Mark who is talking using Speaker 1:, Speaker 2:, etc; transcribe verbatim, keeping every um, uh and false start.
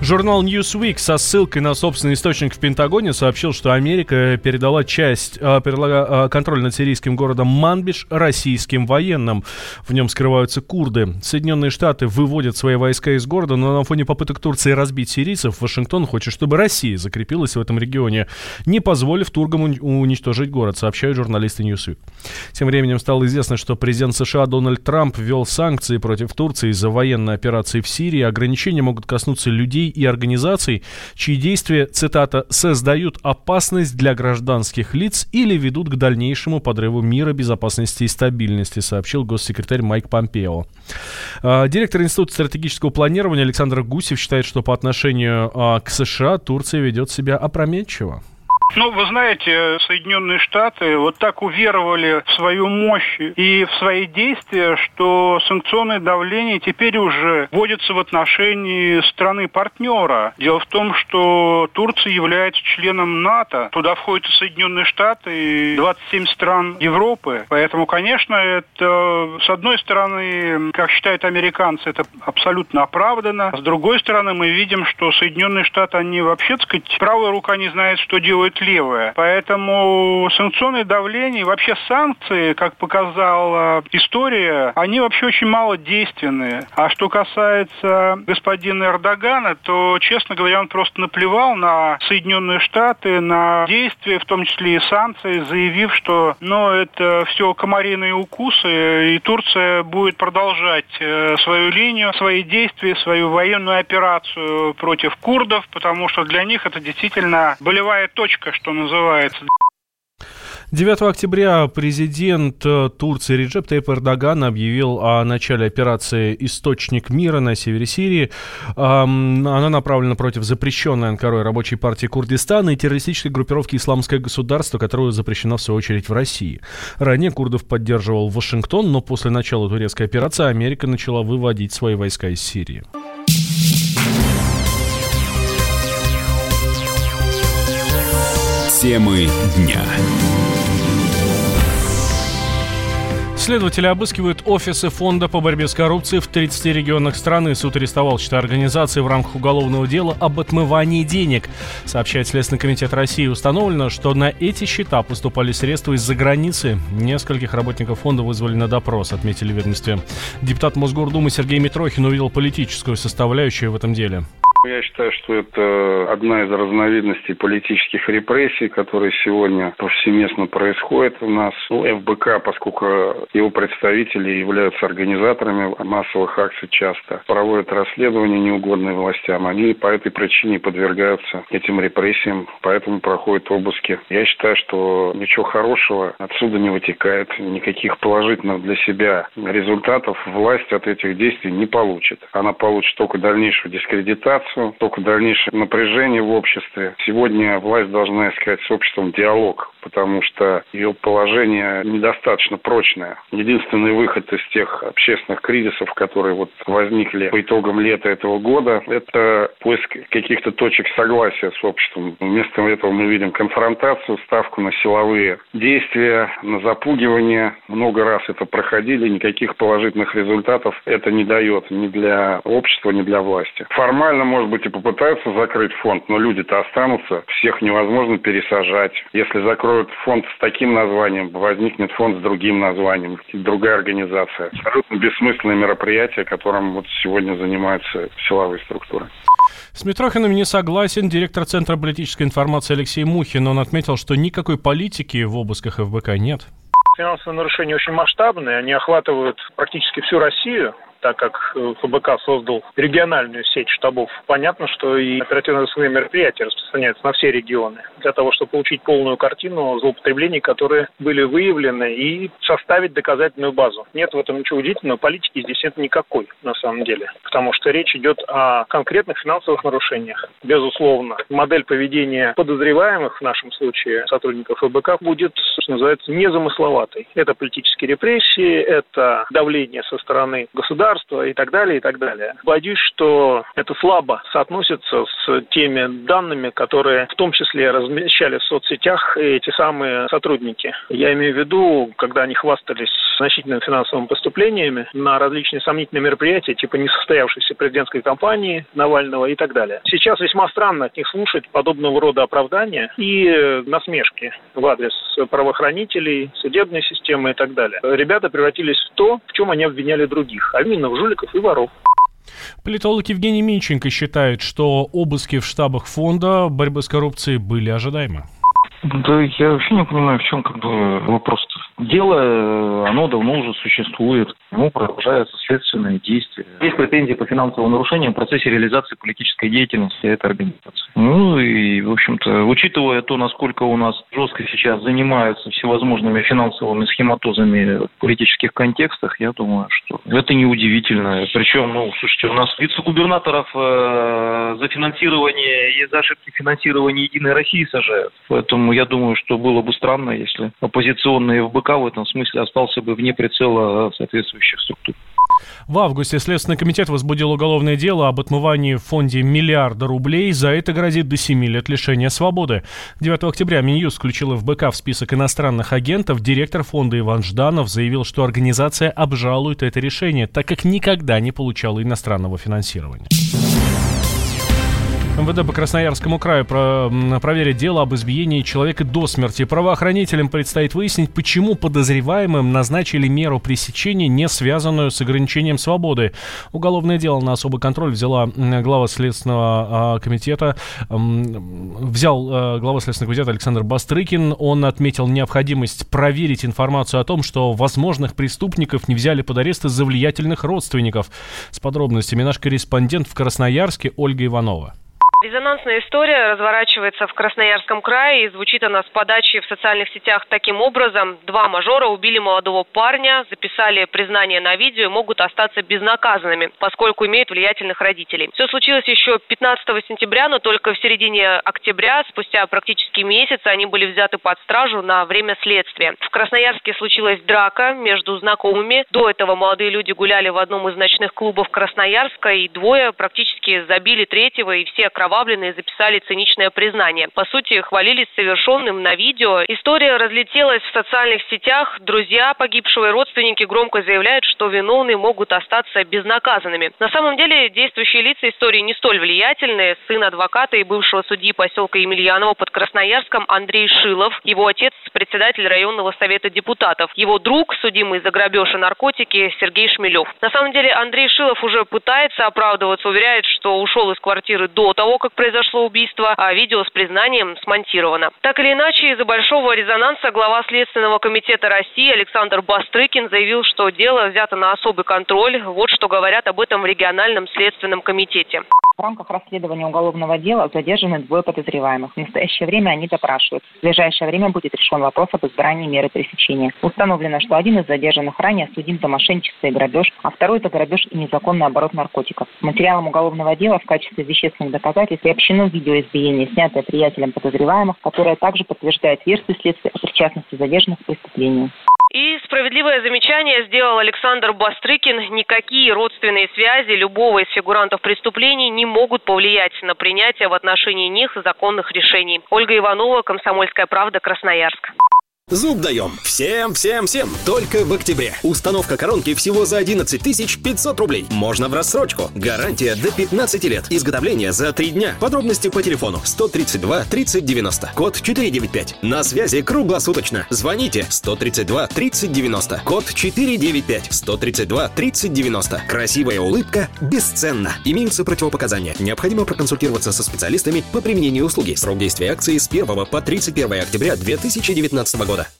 Speaker 1: Журнал Newsweek со ссылкой на собственный источник в Пентагоне сообщил, что Америка передала часть, передала контроль над сирийским городом Манбидж российским военным. В нем скрываются курды. Соединенные Штаты выводят свои войска из города, но на фоне попыток Турции разбить сирийцев, Вашингтон хочет, чтобы Россия закрепилась в этом регионе, не позволив туркам уничтожить город, сообщают журналисты Newsweek. Тем временем стало известно, что президент США Дональд Трамп ввел санкции против Турции из-за военной операции в Сирии. Ограничения могут коснуться людей и организаций, чьи действия, цитата, «создают опасность для гражданских лиц или ведут к дальнейшему подрыву мира, безопасности и стабильности», сообщил госсекретарь Майк Помпео. Директор Института стратегического планирования Александр Гусев считает, что по отношению к США Турция ведет себя опрометчиво.
Speaker 2: Ну, вы знаете, Соединенные Штаты вот так уверовали в свою мощь и в свои действия, что санкционное давление теперь уже вводится в отношении страны-партнера. Дело в том, что Турция является членом НАТО. Туда входят и Соединенные Штаты, и двадцать семь стран Европы. Поэтому, конечно, это, с одной стороны, как считают американцы, это абсолютно оправдано. С другой стороны, мы видим, что Соединенные Штаты, они вообще, так сказать, правая рука не знает, что делает левая. Поэтому санкционное давление и вообще санкции, как показала история, они вообще очень мало действенные. А что касается господина Эрдогана, то, честно говоря, он просто наплевал на Соединенные Штаты, на действия, в том числе и санкции, заявив, что ну, это все комариные укусы, и Турция будет продолжать свою линию, свои действия, свою военную операцию против курдов, потому что для них это действительно болевая точка, что называется.
Speaker 1: девятого октября президент Турции Реджеп Тайип Эрдоган объявил о начале операции «Источник мира» на севере Сирии. Она направлена против запрещенной Анкарой рабочей партии Курдистана и террористической группировки «Исламское государство», которая запрещена в свою очередь в России. Ранее курдов поддерживал Вашингтон, но после начала турецкой операции Америка начала выводить свои войска из Сирии.
Speaker 3: Темы дня.
Speaker 1: Следователи обыскивают офисы фонда по борьбе с коррупцией в тридцати регионах страны. Суд арестовал четыре организации в рамках уголовного дела об отмывании денег. Сообщает Следственный комитет России. Установлено, что на эти счета поступали средства из-за границы. Нескольких работников фонда вызвали на допрос, отметили в ведомстве. Депутат Мосгордумы Сергей Митрохин увидел политическую составляющую в этом деле.
Speaker 4: Я считаю, что это одна из разновидностей политических репрессий, которые сегодня повсеместно происходят у нас. Ну, эф бэ ка, поскольку его представители являются организаторами массовых акций часто, проводят расследования неугодные властям, они по этой причине подвергаются этим репрессиям, поэтому проходят обыски. Я считаю, что ничего хорошего отсюда не вытекает, никаких положительных для себя результатов власть от этих действий не получит. Она получит только дальнейшую дискредитацию, только дальнейшее напряжение в обществе. Сегодня власть должна искать с обществом диалог, потому что ее положение недостаточно прочное. Единственный выход из тех общественных кризисов, которые вот возникли по итогам лета этого года, это поиск каких-то точек согласия с обществом. Вместо этого мы видим конфронтацию, ставку на силовые действия, на запугивание. Много раз это проходили, никаких положительных результатов это не дает ни для общества, ни для власти. Формально, может быть, и попытаются закрыть фонд, но люди-то останутся, всех невозможно пересажать. Если закроют фонд с таким названием, возникнет фонд с другим названием, другая организация. Абсолютно бессмысленное мероприятие, которым вот сегодня занимаются силовые структуры.
Speaker 1: С Митрохиным не согласен директор Центра политической информации Алексей Мухин. Он отметил, что никакой политики в обысках эф бэ ка нет.
Speaker 5: Финансовые нарушения очень масштабные, они охватывают практически всю Россию. Так как эф бэ ка создал региональную сеть штабов, понятно, что и оперативно-розыскные мероприятия распространяются на все регионы, для того, чтобы получить полную картину злоупотреблений, которые были выявлены, и составить доказательную базу. Нет в этом ничего удивительного, политики здесь нет никакой, на самом деле, потому что речь идет о конкретных финансовых нарушениях. Безусловно, модель поведения подозреваемых, в нашем случае сотрудников эф бэ ка, будет, что называется, незамысловатой. Это политические репрессии, это давление со стороны государства, государства и так далее, и так далее. Боюсь, что это слабо соотносится с теми данными, которые в том числе размещали в соцсетях эти самые сотрудники. Я имею в виду, когда они хвастались значительными финансовыми поступлениями на различные сомнительные мероприятия, типа несостоявшейся президентской кампании Навального и так далее. Сейчас весьма странно от них слушать подобного рода оправдания и насмешки в адрес правоохранителей, судебной системы и так далее. Ребята превратились в то, в чем они обвиняли других, а именно в жуликов и воров.
Speaker 1: Политолог Евгений Минченко считает, что обыски в штабах фонда борьбы с коррупцией были ожидаемы.
Speaker 3: Да я вообще не понимаю, в чем как бы вопрос-то. Дело, оно давно уже существует, ему продолжаются следственные действия. Есть претензии по финансовым нарушениям в процессе реализации политической деятельности этой организации. Ну и, в общем-то, учитывая то, насколько у нас жестко сейчас занимаются всевозможными финансовыми схематозами в политических контекстах, я думаю, что это неудивительно. Причем, ну, слушайте, у нас вице-губернаторов э, за финансирование и за ошибки финансирования Единой России сажают. Поэтому я думаю, что было бы странно, если оппозиционный эф бэ ка в этом смысле остался бы вне прицела соответствующих структур.
Speaker 1: В августе Следственный комитет возбудил уголовное дело об отмывании в фонде миллиарда рублей. За это грозит до семи лет лишения свободы. девятого октября Минюст включил эф бэ ка в список иностранных агентов. Директор фонда Иван Жданов заявил, что организация обжалует это решение, так как никогда не получала иностранного финансирования. эм вэ дэ по Красноярскому краю про, проверит дело об избиении человека до смерти. Правоохранителям предстоит выяснить, почему подозреваемым назначили меру пресечения, не связанную с ограничением свободы. Уголовное дело на особый контроль взяла глава Следственного комитета, взял глава Следственного комитета Александр Бастрыкин. Он отметил необходимость проверить информацию о том, что возможных преступников не взяли под арест из-за влиятельных родственников. С подробностями наш корреспондент в Красноярске Ольга Иванова.
Speaker 6: Резонансная история разворачивается в Красноярском крае, и звучит она с подачи в социальных сетях таким образом. Два мажора убили молодого парня, записали признание на видео и могут остаться безнаказанными, поскольку имеют влиятельных родителей. Все случилось еще пятнадцатого сентября, но только в середине октября, спустя практически месяц, они были взяты под стражу на время следствия. В Красноярске случилась драка между знакомыми. До этого молодые люди гуляли в одном из ночных клубов Красноярска, и двое практически забили третьего, и все окровавленные записали циничное признание. По сути, хвалились совершенным на видео. История разлетелась в социальных сетях. Друзья погибшего и родственники громко заявляют, что виновные могут остаться безнаказанными. На самом деле, действующие лица истории не столь влиятельные. Сын адвоката и бывшего судьи поселка Емельяново под Красноярском Андрей Шилов. Его отец – председатель районного совета депутатов. Его друг, судимый за грабеж и наркотики, Сергей Шмелев. На самом деле, Андрей Шилов уже пытается оправдываться, уверяет, что ушел из квартиры до того, как произошло убийство, а видео с признанием смонтировано. Так или иначе, из-за большого резонанса глава Следственного комитета России Александр Бастрыкин заявил, что дело взято на особый контроль. Вот что говорят об этом в региональном следственном комитете.
Speaker 7: В рамках расследования уголовного дела задержаны двое подозреваемых. В настоящее время они допрашиваются. В ближайшее время будет решен вопрос об избрании меры пресечения. Установлено, что один из задержанных ранее судим за мошенничество и грабеж, а второй за грабеж и незаконный оборот наркотиков. Материалом уголовного дела в качестве вещественных доказательств приобщено видео избиения, снятое приятелем подозреваемых, которое также подтверждает версию следствия о причастности задержанных к преступлению.
Speaker 6: И справедливое замечание сделал Александр Бастрыкин. Никакие родственные связи любого из фигурантов преступлений не могут повлиять на принятие в отношении них законных решений. Ольга Иванова, «Комсомольская правда», Красноярск.
Speaker 8: Зуб даем. Всем, всем, всем. Только в октябре. Установка коронки всего за одиннадцать тысяч пятьсот рублей. Можно в рассрочку. Гарантия до пятнадцати лет. Изготовление за три дня. Подробности по телефону сто тридцать два тридцать девяносто. Код четыреста девяносто пять. На связи круглосуточно. Звоните сто тридцать два тридцать девяносто. Код четыреста девяносто пять. сто тридцать два тридцать девяносто. Красивая улыбка бесценна. Имеются противопоказания. Необходимо проконсультироваться со специалистами по применению услуги. Срок действия акции с первого по тридцать первое октября две тысячи девятнадцатого года.